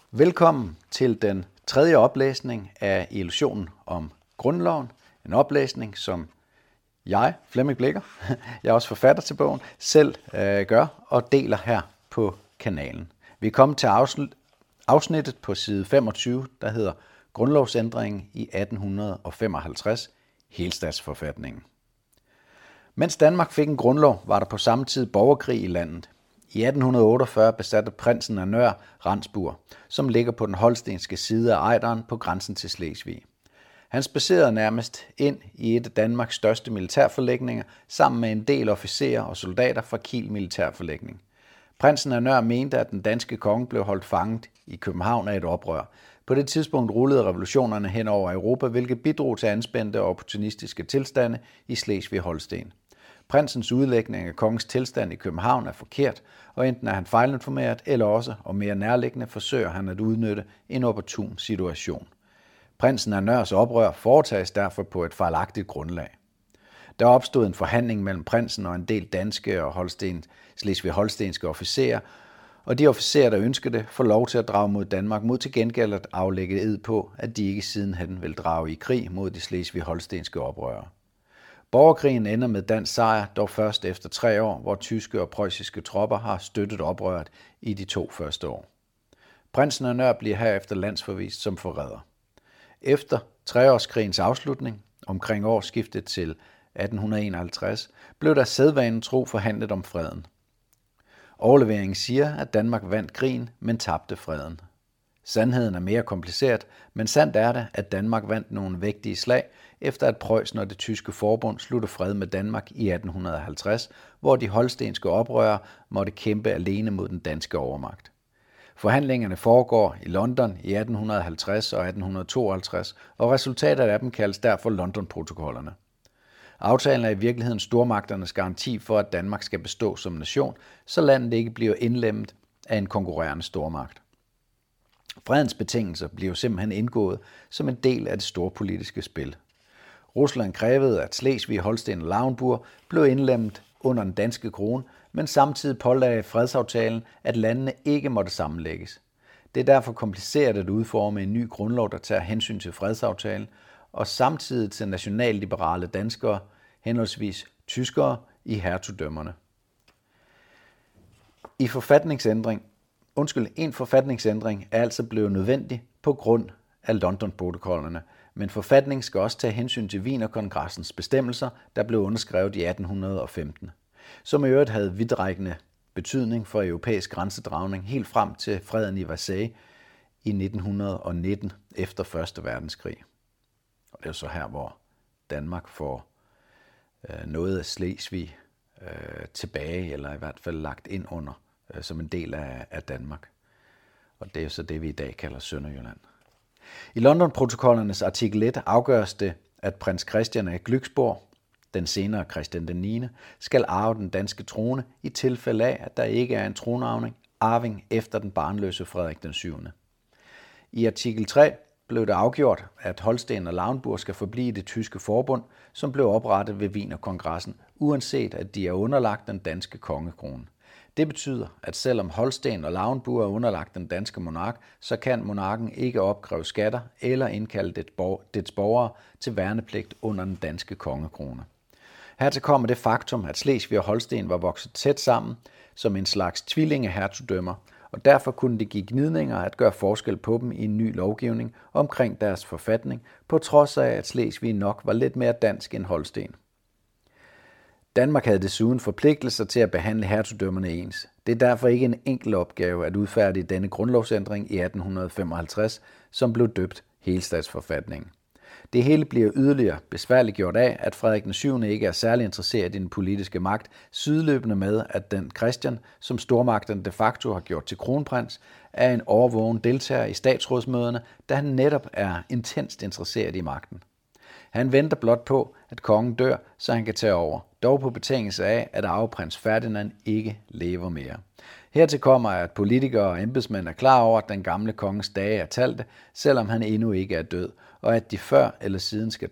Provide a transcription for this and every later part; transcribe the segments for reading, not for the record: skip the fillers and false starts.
Velkommen til den tredje oplæsning af Illusionen om Grundloven. En oplæsning, som jeg, Flemming Blicher, jeg er også forfatter til bogen, selv gør og deler her på kanalen. Vi er kommet til afsnittet på side 25, der hedder Grundlovsændringen i 1855, helstatsforfatningen. Mens Danmark fik en grundlov, var der på samme tid borgerkrig i landet. I 1848 besatte prinsen af Nør Rendsburg, som ligger på den holstenske side af Ejderen på grænsen til Slesvig. Han spacerede nærmest ind i et af Danmarks største militærforlægninger sammen med en del officerer og soldater fra Kiel militærforlægning. Prinsen af Nør mente, at den danske konge blev holdt fanget i København af et oprør. På det tidspunkt rullede revolutionerne hen over Europa, hvilket bidrog til anspændte og opportunistiske tilstande i Slesvig-Holsten. Prinsens udlægning af kongens tilstand i København er forkert, og enten er han fejlinformeret, eller også, og mere nærliggende, forsøger han at udnytte en opportun situation. Prinsen af Nørs oprør foretages derfor på et fejlagtigt grundlag. Der opstod en forhandling mellem prinsen og en del danske og slesvig-holstenske officerer, og de officerer, der ønskede det, får lov til at drage mod Danmark mod til gengæld at aflægge ed på, at de ikke sidenhen vil drage i krig mod de slesvig-holstenske oprørere. Borgerkrigen ender med dansk sejr, dog først efter 3 år, hvor tyske og preussiske tropper har støttet oprøret i de 2 første år. Prinsen af Nør bliver herefter landsforvist som forræder. Efter 3-årskrigens afslutning, omkring årsskiftet til 1851, blev der sædvanen tro forhandlet om freden. Overleveringen siger, at Danmark vandt krigen, men tabte freden. Sandheden er mere kompliceret, men sandt er det, at Danmark vandt nogle vægtige slag, efter at Preussen og det tyske forbund sluttede fred med Danmark i 1850, hvor de holstenske oprørere måtte kæmpe alene mod den danske overmagt. Forhandlingerne foregår i London i 1850 og 1852, og resultatet af dem kaldes derfor London-protokollerne. Aftalen er i virkeligheden stormagternes garanti for, at Danmark skal bestå som nation, så landet ikke bliver indlemmet af en konkurrerende stormagt. Fredens betingelser blev simpelthen indgået som en del af det store politiske spil. Rusland krævede, at Slesvig, Holsten og Lauenburg blev indlemmet under den danske krone, men samtidig pålagde fredsaftalen, at landene ikke måtte sammenlægges. Det er derfor kompliceret at udforme en ny grundlov, der tager hensyn til fredsaftalen, og samtidig til nationalliberale danskere, henholdsvis tyskere, i hertugdømmerne. En forfatningsændring er altså blevet nødvendig på grund af London-protokollerne, men forfatningen skal også tage hensyn til Wienerkongressens bestemmelser, der blev underskrevet i 1815, som i øvrigt havde vidtrækkende betydning for europæisk grænsedragning helt frem til freden i Versailles i 1919 efter 1. verdenskrig. Og det er så her, hvor Danmark får noget af Slesvig tilbage, eller i hvert fald lagt ind under som en del af Danmark. Og det er så det, vi i dag kalder Sønderjylland. I London-protokollernes artikel 1 afgøres det, at prins Christian af Glücksborg, den senere Christian den 9., skal arve den danske trone i tilfælde af, at der ikke er en tronarving efter den barnløse Frederik den 7. I artikel 3 blev det afgjort, at Holsten og Lauenburg skal forblive i det tyske forbund, som blev oprettet ved Wienerkongressen, uanset at de er underlagt den danske kongekrone. Det betyder, at selvom Holsten og Lauenburg er underlagt den danske monark, så kan monarken ikke opkræve skatter eller indkalde dets borgere til værnepligt under den danske kongekrone. Hertil kommer det faktum, at Slesvig og Holsten var vokset tæt sammen som en slags tvillingehertugdømmer, og derfor kunne det give gnidninger at gøre forskel på dem i en ny lovgivning omkring deres forfatning, på trods af, at Slesvig nok var lidt mere dansk end Holsten. Danmark havde desuden forpligtelser til at behandle hertugdømmerne ens. Det er derfor ikke en enkel opgave at udfærdige denne grundlovsændring i 1855, som blev døbt helstatsforfatningen. Det hele bliver yderligere besværligt gjort af, at Frederik den 7. ikke er særlig interesseret i den politiske magt, sideløbende med, at den Christian, som stormagten de facto har gjort til kronprins, er en overvågen deltager i statsrådsmøderne, da han netop er intenst interesseret i magten. Han venter blot på, at kongen dør, så han kan tage over, dog på betingelse af, at arveprins Ferdinand ikke lever mere. Hertil kommer, at politikere og embedsmænd er klar over, at den gamle konges dage er talte, selvom han endnu ikke er død, og at de før eller siden skal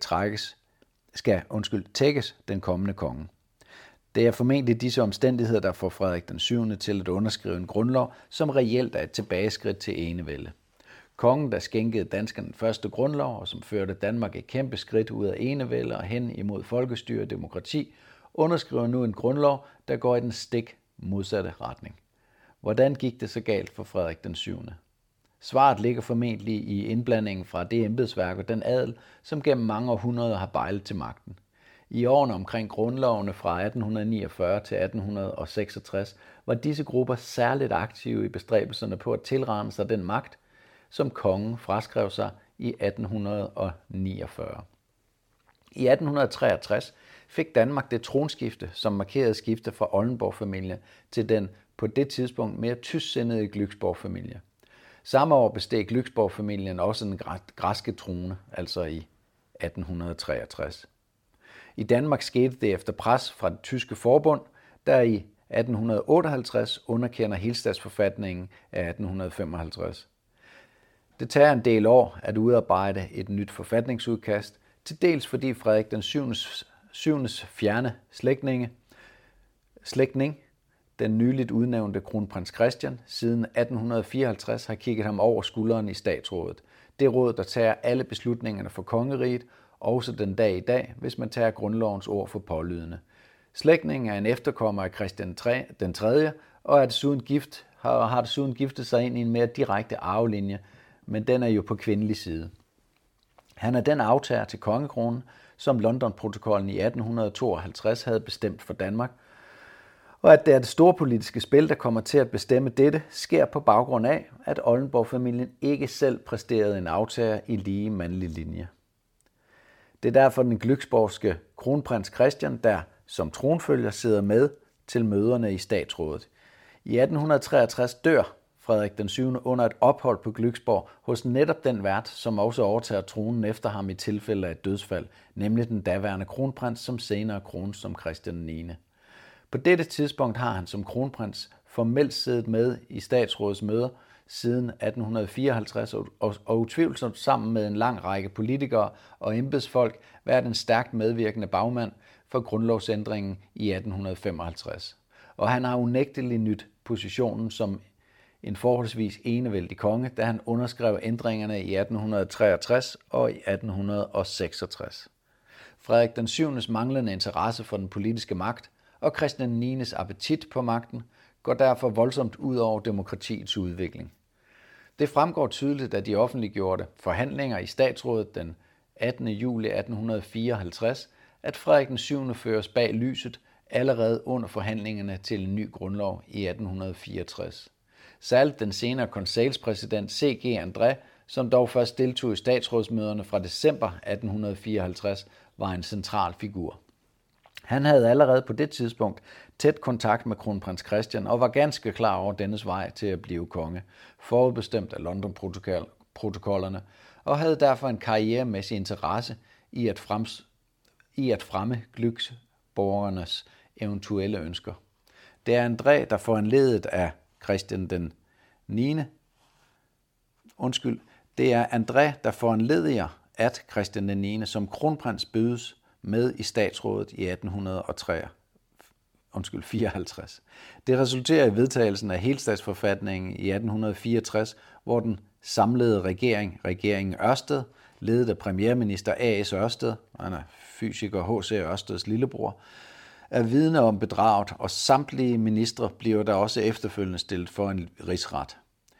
tækkes den kommende konge. Det er formentlig disse omstændigheder, der får Frederik den 7. til at underskrive en grundlov, som reelt er et tilbageskridt til enevælde. Kongen, der skænkede danskerne den første grundlov, og som førte Danmark et kæmpe skridt ud af enevælde og hen imod folkestyre og demokrati, underskriver nu en grundlov, der går i den stik modsatte retning. Hvordan gik det så galt for Frederik den 7.? Svaret ligger formentlig i indblandingen fra det embedsværk og den adel, som gennem mange århundreder har bejlet til magten. I årene omkring grundlovene fra 1849 til 1866 var disse grupper særligt aktive i bestræbelserne på at tilrane sig den magt, som kongen fraskrev sig i 1849. I 1863 fik Danmark det tronskifte, som markerede skifte fra Oldenborg-familie til den på det tidspunkt mere tysksindede Glücksborg-familie. Samme år besteg Glücksborg-familien også den græske trone, altså i 1863. I Danmark skete det efter pres fra det tyske forbund, der i 1858 underkender helstatsforfatningen af 1855. Det tager en del år at udarbejde et nyt forfatningsudkast, til dels fordi Frederik den 7.'s fjerne slægtning, den nyligt udnævnte kronprins Christian, siden 1854 har kigget ham over skulderen i statsrådet. Det råd, der tager alle beslutningerne for kongeriget, også den dag i dag, hvis man tager grundlovens ord for pålydende. Slægtningen er en efterkommer af Christian den 3. og har desuden giftet sig ind i en mere direkte arvelinje, men den er jo på kvindelig side. Han er den aftager til kongekronen, som London-protokollen i 1852 havde bestemt for Danmark, og at det er det store politiske spil, der kommer til at bestemme dette, sker på baggrund af, at Oldenborg-familien ikke selv præsterede en aftager i lige mandlig linje. Det er derfor den glücksborgske kronprins Christian, der som tronfølger sidder med til møderne i statsrådet. I 1863 dør Frederik den 7. under et ophold på Glücksborg hos netop den vært, som også overtager tronen efter ham i tilfælde af et dødsfald, nemlig den daværende kronprins, som senere krones som Christian 9. På dette tidspunkt har han som kronprins formelt siddet med i statsrådets møder siden 1854 og utvivlsomt sammen med en lang række politikere og embedsfolk været en stærkt medvirkende bagmand for grundlovsændringen i 1855. Og han har unægteligt nyt positionen som en forholdsvis enevældig konge, da han underskrev ændringerne i 1863 og i 1866. Frederik den 7.'s manglende interesse for den politiske magt og Christian 9.'s appetit på magten går derfor voldsomt ud over demokratiets udvikling. Det fremgår tydeligt af de offentliggjorte forhandlinger i statsrådet den 18. juli 1854, at Frederik den 7. føres bag lyset allerede under forhandlingerne til en ny grundlov i 1864. Særligt den senere konseilspræsident C.G. André, som dog først deltog i statsrådsmøderne fra december 1854, var en central figur. Han havde allerede på det tidspunkt tæt kontakt med kronprins Christian og var ganske klar over dennes vej til at blive konge, forudbestemt af London-protokollerne, og havde derfor en karrieremæssig interesse i at fremme glücksborgernes eventuelle ønsker. Det er André, der foranlediget af Christian den 9. Det er André, der foranlediger, at Christian den 9. som kronprins bydes med i statsrådet i 1854. Det resulterer i vedtagelsen af helstatsforfatningen i 1864, hvor den samlede regeringen Ørsted, ledet af premierminister A.S. Ørsted, han er fysiker H.C. Ørsteds lillebror, er vidne om bedraget, og samtlige ministre bliver der også efterfølgende stillet for en rigsret.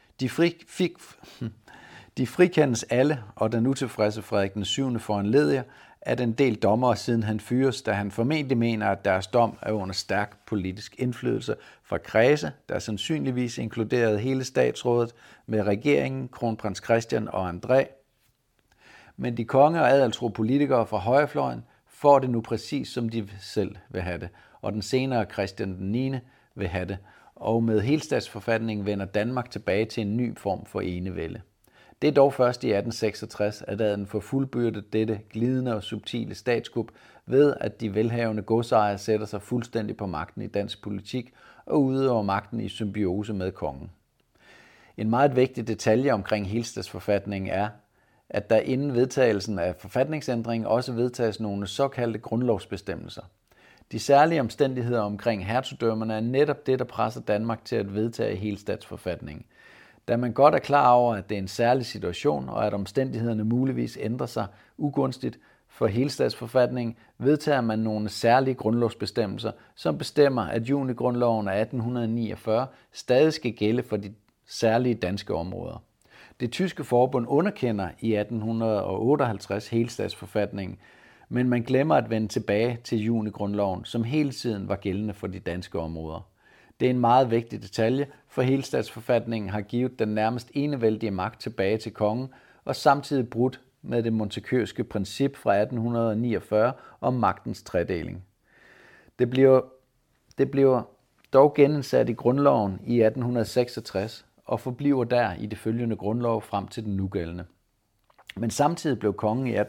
De frikendes alle, og den utilfredse Frederik den 7. foranlediger, at en del dommere, siden han fyres, da han formentlig mener, at deres dom er under stærk politisk indflydelse fra kredse, der sandsynligvis inkluderede hele statsrådet med regeringen, kronprins Christian og André. Men de konge- og adelstro politikere fra højrefløjen får det nu præcis, som de selv vil have det, og den senere Christian den 9. vil have det, og med helstatsforfatningen vender Danmark tilbage til en ny form for enevælde. Det er dog først i 1866, at adelen får fuldbyrdet dette glidende og subtile statskup ved, at de velhavende godsejere sætter sig fuldstændig på magten i dansk politik og udøver magten i symbiose med kongen. En meget vigtig detalje omkring helstatsforfatningen er, at der inden vedtagelsen af forfatningsændringen også vedtages nogle såkaldte grundlovsbestemmelser. De særlige omstændigheder omkring hertugdømmerne er netop det, der presser Danmark til at vedtage helstatsforfatningen. Da man godt er klar over, at det er en særlig situation, og at omstændighederne muligvis ændrer sig ugunstigt for helstatsforfatningen, vedtager man nogle særlige grundlovsbestemmelser, som bestemmer, at junigrundloven af 1849 stadig skal gælde for de særlige danske områder. Det tyske forbund underkender i 1858 helstatsforfatningen, men man glemmer at vende tilbage til junigrundloven, som hele tiden var gældende for de danske områder. Det er en meget vigtig detalje, for helstatsforfatningen har givet den nærmest enevældige magt tilbage til kongen, og samtidig brudt med det Montesquieuske princip fra 1849 om magtens tredeling. Det bliver dog genindsat i grundloven i 1866 og forbliver der i det følgende grundlov frem til den nugældende. Men samtidig blev kongen i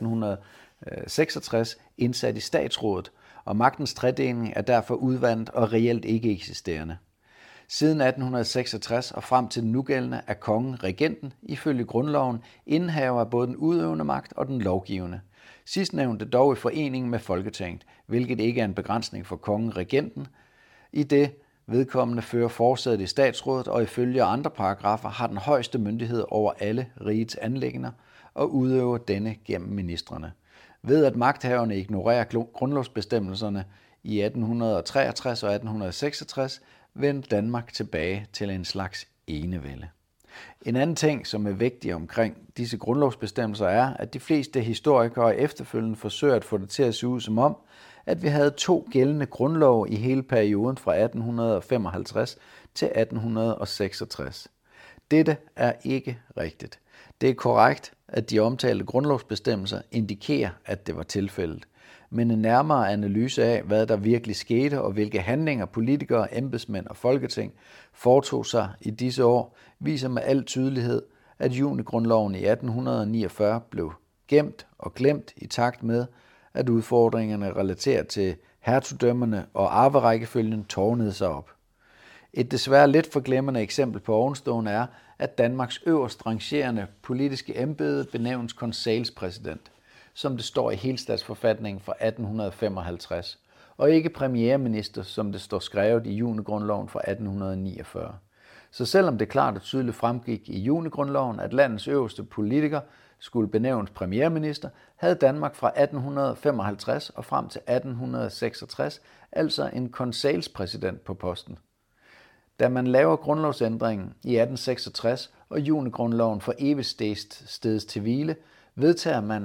1866 indsat i statsrådet, og magtens tredeling er derfor udvandet og reelt ikke eksisterende. Siden 1866 og frem til den nugældende er kongen regenten ifølge grundloven indehaver af både den udøvende magt og den lovgivende. Sidstnævnte dog i forening med Folketinget, hvilket ikke er en begrænsning for kongen regenten, i det vedkommende fører forsædet i statsrådet og ifølge andre paragrafer har den højeste myndighed over alle rigets anliggender og udøver denne gennem ministrene. Ved at magthaverne ignorerer grundlovsbestemmelserne i 1863 og 1866, vendte Danmark tilbage til en slags enevælde. En anden ting, som er vigtig omkring disse grundlovsbestemmelser, er, at de fleste historikere efterfølgende forsøger at få det til at se ud som om, at vi havde 2 gældende grundlove i hele perioden fra 1855 til 1866. Dette er ikke rigtigt. Det er korrekt, at de omtalte grundlovsbestemmelser indikerer, at det var tilfældet. Men en nærmere analyse af, hvad der virkelig skete og hvilke handlinger politikere, embedsmænd og folketing foretog sig i disse år, viser med al tydelighed, at junigrundloven i 1849 blev gemt og glemt i takt med, at udfordringerne relateret til hertugdømmerne og arverækkefølgen tårnede sig op. Et desværre lidt forglemmende eksempel på ovenstående er, at Danmarks øverst rangerende politiske embede benævnes konseilspræsident, som det står i helstatsforfatningen fra 1855, og ikke premierminister, som det står skrevet i junigrundloven fra 1849. Så selvom det klart og tydeligt fremgik i junigrundloven, at landets øverste politiker skulle benævnes premierminister, havde Danmark fra 1855 og frem til 1866 altså en konseilspræsident på posten. Da man laver grundlovsændringen i 1866 og junigrundloven for evigt stedes til hvile, vedtager man,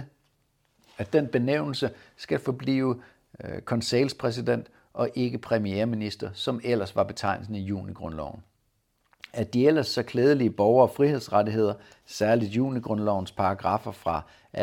at den benævnelse skal forblive konseilspræsident og ikke premierminister, som ellers var betegnelsen i junigrundloven. At de ellers så klædelige borger- og frihedsrettigheder, særligt junigrundlovens paragrafer fra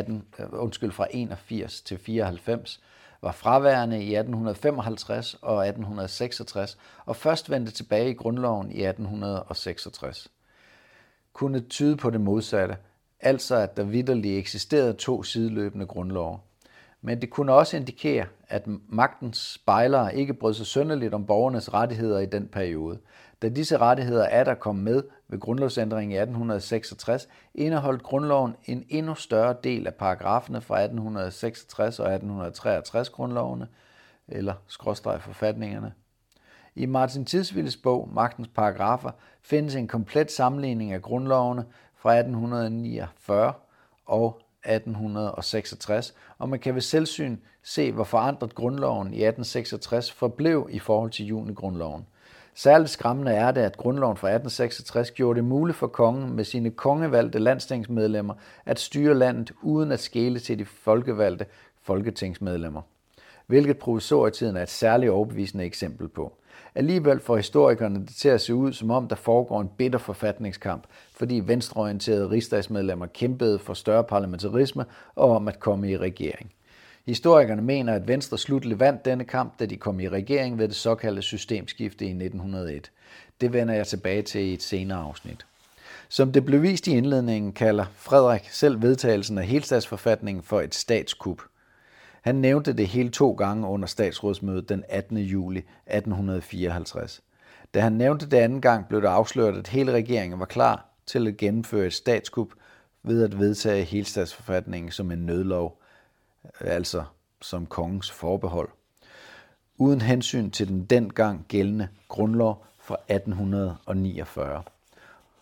81 til 94, var fraværende i 1855 og 1866 og først vendte tilbage i grundloven i 1866, kunne tyde på det modsatte, altså at der vitterligt eksisterede 2 sideløbende grundlove. Men det kunne også indikere, at magtens spejlere ikke brød sig synderligt om borgernes rettigheder i den periode. Da disse rettigheder der kom med ved grundlovsændringen i 1866, indeholdt grundloven en endnu større del af paragraferne fra 1866 og 1863 grundlovene, eller forfatningerne. I Martin Tisvildes bog, Magtens Paragrafer, findes en komplet sammenligning af grundlovene fra 1849 og 1866, og man kan ved selvsyn se, hvor forandret grundloven i 1866 forblev i forhold til junigrundloven. Særligt skræmmende er det, at grundloven fra 1866 gjorde det muligt for kongen med sine kongevalgte landstingsmedlemmer at styre landet uden at skele til de folkevalgte folketingsmedlemmer, hvilket provisorietiden er et særligt overbevisende eksempel på. Alligevel får historikerne det til at se ud, som om der foregår en bitter forfatningskamp, fordi venstreorienterede rigsdagsmedlemmer kæmpede for større parlamentarisme og om at komme i regering. Historikerne mener, at Venstre slutteligt vandt denne kamp, da de kom i regering ved det såkaldte systemskifte i 1901. Det vender jeg tilbage til i et senere afsnit. Som det blev vist i indledningen, kalder Frederik selv vedtagelsen af helstatsforfatningen for et statskup. Han nævnte det hele 2 gange under statsrådsmødet den 18. juli 1854. Da han nævnte det anden gang, blev det afsløret, at hele regeringen var klar til at gennemføre et statskup ved at vedtage helstatsforfatningen som en nødlov, altså som kongens forbehold, uden hensyn til den dengang gældende grundlov fra 1849.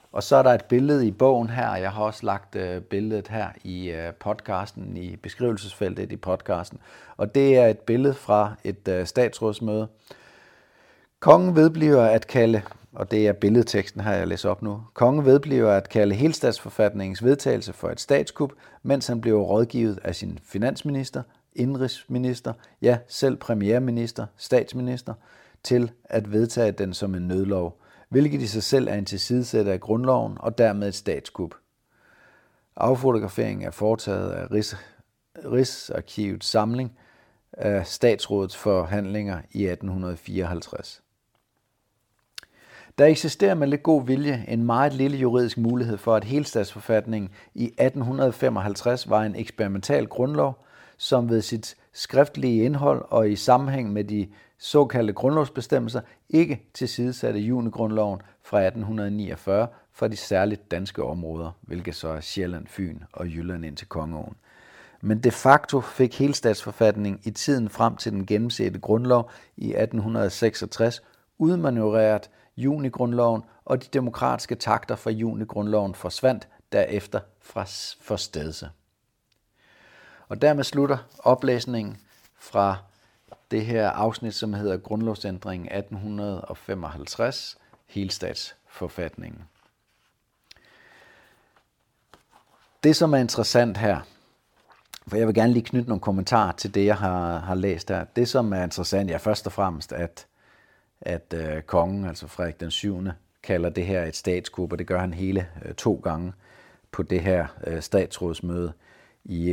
Og så er der et billede i bogen her. Jeg har også lagt billedet her i podcasten, i beskrivelsesfeltet i podcasten. Og det er et billede fra et statsrådsmøde. Kongen vedbliver at kalde, og det er billedteksten her, jeg læser op nu. Kongen vedbliver at kalde helstatsforfatningens vedtagelse for et statskup, mens han bliver rådgivet af sin finansminister, indrigsminister, ja, selv premierminister, statsminister, til at vedtage den som en nødlov, hvilket i sig selv er en tilsidesætter af grundloven og dermed et statskup. Affotograferingen er foretaget af Rigsarkivets samling af statsrådets forhandlinger i 1854. Der eksisterer med lidt god vilje en meget lille juridisk mulighed for, at helstatsforfatningen i 1855 var en eksperimental grundlov, som ved sit skriftlige indhold og i sammenhæng med de såkaldte grundlovsbestemmelser ikke tilsidesatte junigrundloven fra 1849 for de særligt danske områder, hvilket så er Sjælland, Fyn og Jylland indtil Kongeåen. Men de facto fik helstatsforfatningen i tiden frem til den gennemsete grundlov i 1866 udmanøvreret junigrundloven, og de demokratiske takter fra junigrundloven forsvandt derefter fra forstedelse. Og dermed slutter oplæsningen fra det her afsnit, som hedder Grundlovsændringen 1855, helstatsforfatningen. Det, som er interessant her, for jeg vil gerne lige knytte nogle kommentarer til det, jeg har læst her. Det, som er interessant, er først og fremmest, at kongen, altså Frederik den 7., kalder det her et statskup, og det gør han hele 2 gange på det her statsrådsmøde i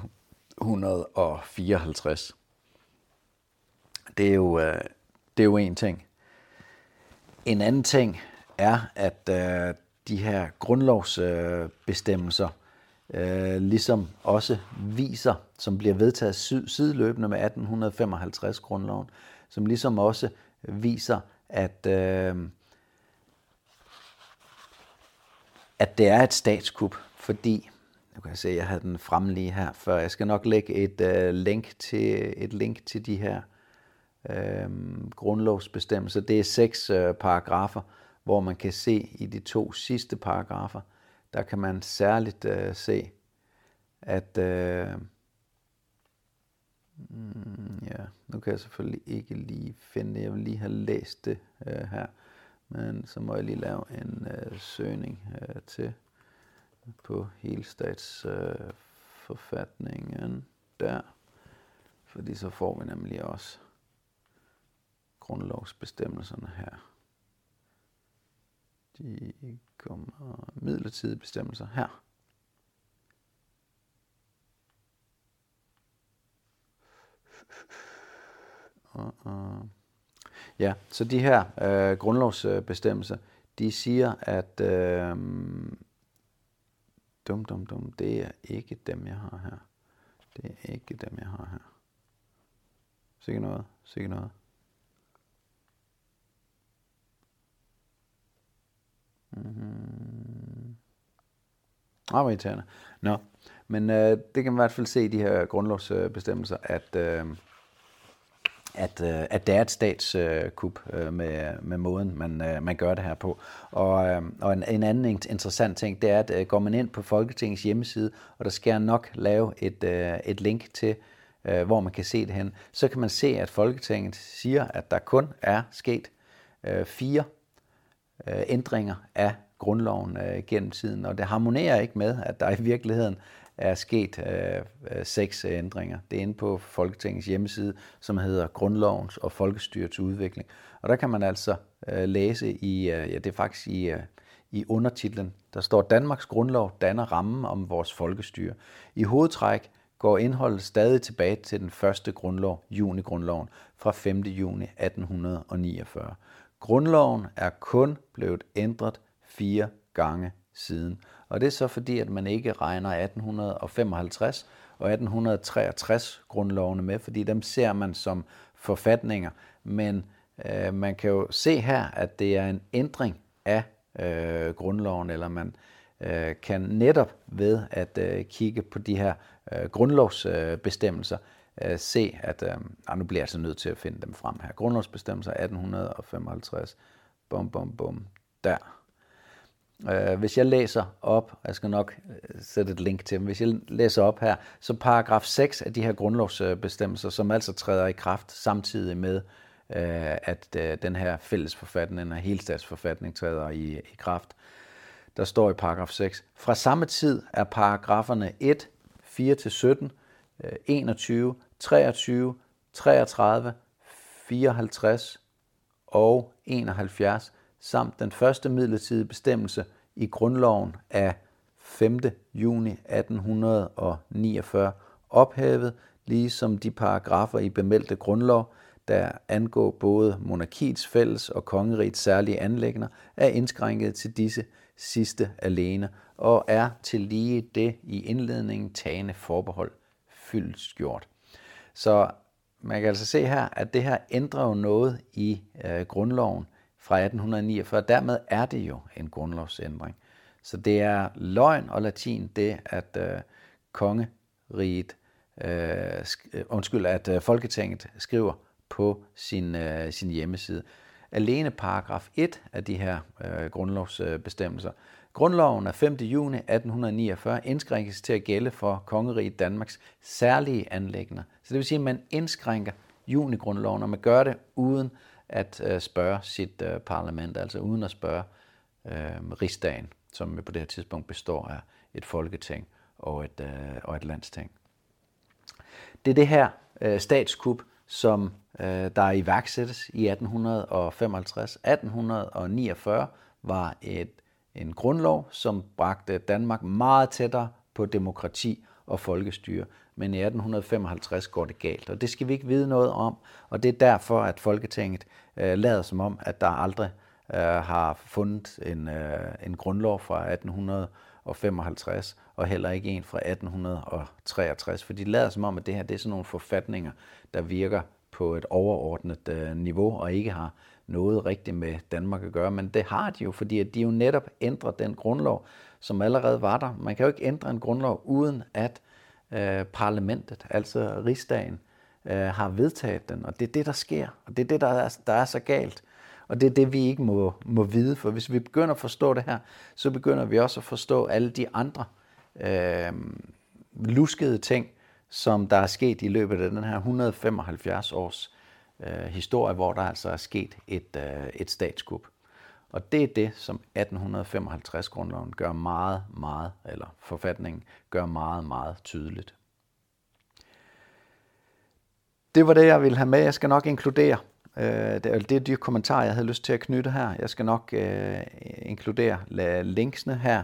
1854. Det er jo en ting. En anden ting er, at de her grundlovsbestemmelser ligesom også viser, som bliver vedtaget sideløbende med 1855-grundloven, som ligesom også viser, at det er et statskup, fordi, nu kan jeg se, at jeg havde den fremme lige her før, jeg skal nok lægge et link til de her grundlovsbestemmelser. Det er 6 paragrafer, hvor man kan se i de 2 sidste paragrafer, der kan man særligt se, at nu kan jeg selvfølgelig ikke lige finde det. Jeg vil lige have læst det her, men så må jeg lige lave en søgning til på helstatsforfatningen der, fordi så får vi nemlig også grundlovsbestemmelserne her. De kommer midlertidige bestemmelser her. Ja, så de her grundlovsbestemmelser, de siger, at det er ikke dem, jeg har her. Det er ikke dem, jeg har her. Sikke noget. Hvor irriterende. Nå, men det kan man i hvert fald se i de her grundlovsbestemmelser, at det er et statskup med måden, man gør det her på. Og en anden interessant ting, det er, at går man ind på Folketingets hjemmeside, og der skal jeg nok lave et link til, hvor man kan se det hen, så kan man se, at Folketinget siger, at der kun er sket 4 ændringer af grundloven gennem tiden, og det harmonerer ikke med, at der i virkeligheden er sket 6 ændringer. Det er inde på Folketingets hjemmeside, som hedder Grundlovens og Folkestyrets udvikling. Og der kan man altså læse det er faktisk i undertitlen, der står, Danmarks Grundlov danner rammen om vores folkestyre. I hovedtræk går indholdet stadig tilbage til den første grundlov, junigrundloven, fra 5. juni 1849. Grundloven er kun blevet ændret 4 gange siden. Og det er så fordi, at man ikke regner 1855 og 1863 grundlovene med, fordi dem ser man som forfatninger. Men man kan jo se her, at det er en ændring af grundloven, eller man kan netop ved at kigge på de her grundlovsbestemmelser se, at nu bliver jeg altså nødt til at finde dem frem her. Grundlovsbestemmelser 1855, der. Hvis jeg læser op, jeg skal nok sætte et link til dem, hvis jeg læser op her, så paragraf 6 af de her grundlovsbestemmelser, som altså træder i kraft samtidig med, at den her fællesforfatning, den her helstatsforfatning træder i kraft. Der står i paragraf 6, fra samme tid er paragraferne 1, 4-17, 21, 23, 33, 54 og 71, samt den første midlertidige bestemmelse i grundloven af 5. juni 1849 ophævet, ligesom de paragrafer i bemeldte grundlov, der angår både monarkiets fælles og kongerigets særlige anliggender, er indskrænket til disse sidste alene, og er til lige det i indledningen tagende forbehold fyldestgjort. Så man kan altså se her, at det her ændrer jo noget i grundloven fra 1849. Dermed er det jo en grundlovsændring. Så det er løgn og latin, det at at Folketinget skriver på sin hjemmeside. Alene paragraf 1 af de her grundlovsbestemmelser. Grundloven af 5. juni 1849 indskrænkes til at gælde for kongeriget Danmarks særlige anliggender. Så det vil sige, at man indskrænker junigrundloven, og man gør det uden at spørge sit parlament, altså uden at spørge rigsdagen, som på det her tidspunkt består af et folketing og et landsting. Det er det her statskup, som der iværksættes i 1855. 1849 var en grundlov, som bragte Danmark meget tættere på demokrati og folkestyre. Men i 1855 går det galt, og det skal vi ikke vide noget om. Og det er derfor, at Folketinget lader som om, at der aldrig har fundet en grundlov fra 1855, og heller ikke en fra 1863. For de lader som om, at det her det er sådan nogle forfatninger, der virker på et overordnet niveau, og ikke har noget rigtigt med Danmark at gøre. Men det har de jo, fordi at de jo netop ændrer den grundlov, som allerede var der. Man kan jo ikke ændre en grundlov, uden at parlamentet, altså rigsdagen, har vedtaget den. Og det er det, der sker. Og det er det, der er så galt. Og det er det, vi ikke må vide. For hvis vi begynder at forstå det her, så begynder vi også at forstå alle de andre luskede ting, som der er sket i løbet af den her 175 års historie, hvor der altså er sket et statskup. Og det er det, som 1855-grundloven gør meget, meget, eller forfatningen gør meget, meget tydeligt. Det var det, jeg ville have med. Jeg skal nok inkludere, det er de kommentarer, jeg havde lyst til at knytte her. Jeg skal nok inkludere linksene her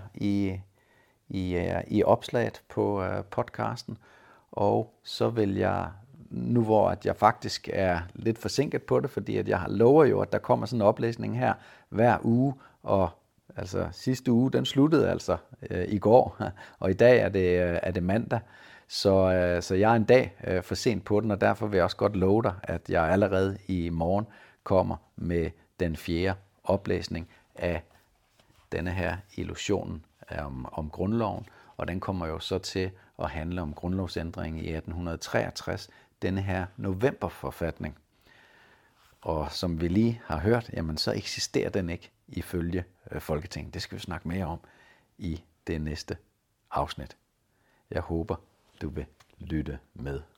i opslaget på podcasten. Og så vil jeg, nu hvor at jeg faktisk er lidt forsinket på det, fordi at jeg lover jo, at der kommer sådan en oplæsning her hver uge, og altså sidste uge, den sluttede altså i går, og i dag er det mandag, så jeg er en dag for sent på den, og derfor vil jeg også godt love dig, at jeg allerede i morgen kommer med den 4. oplæsning af denne her illusionen om grundloven, og den kommer jo så til at handle om grundlovsændringen i 1863, denne her novemberforfatning. Og som vi lige har hørt, jamen så eksisterer den ikke ifølge Folketinget. Det skal vi snakke mere om i det næste afsnit. Jeg håber, du vil lytte med.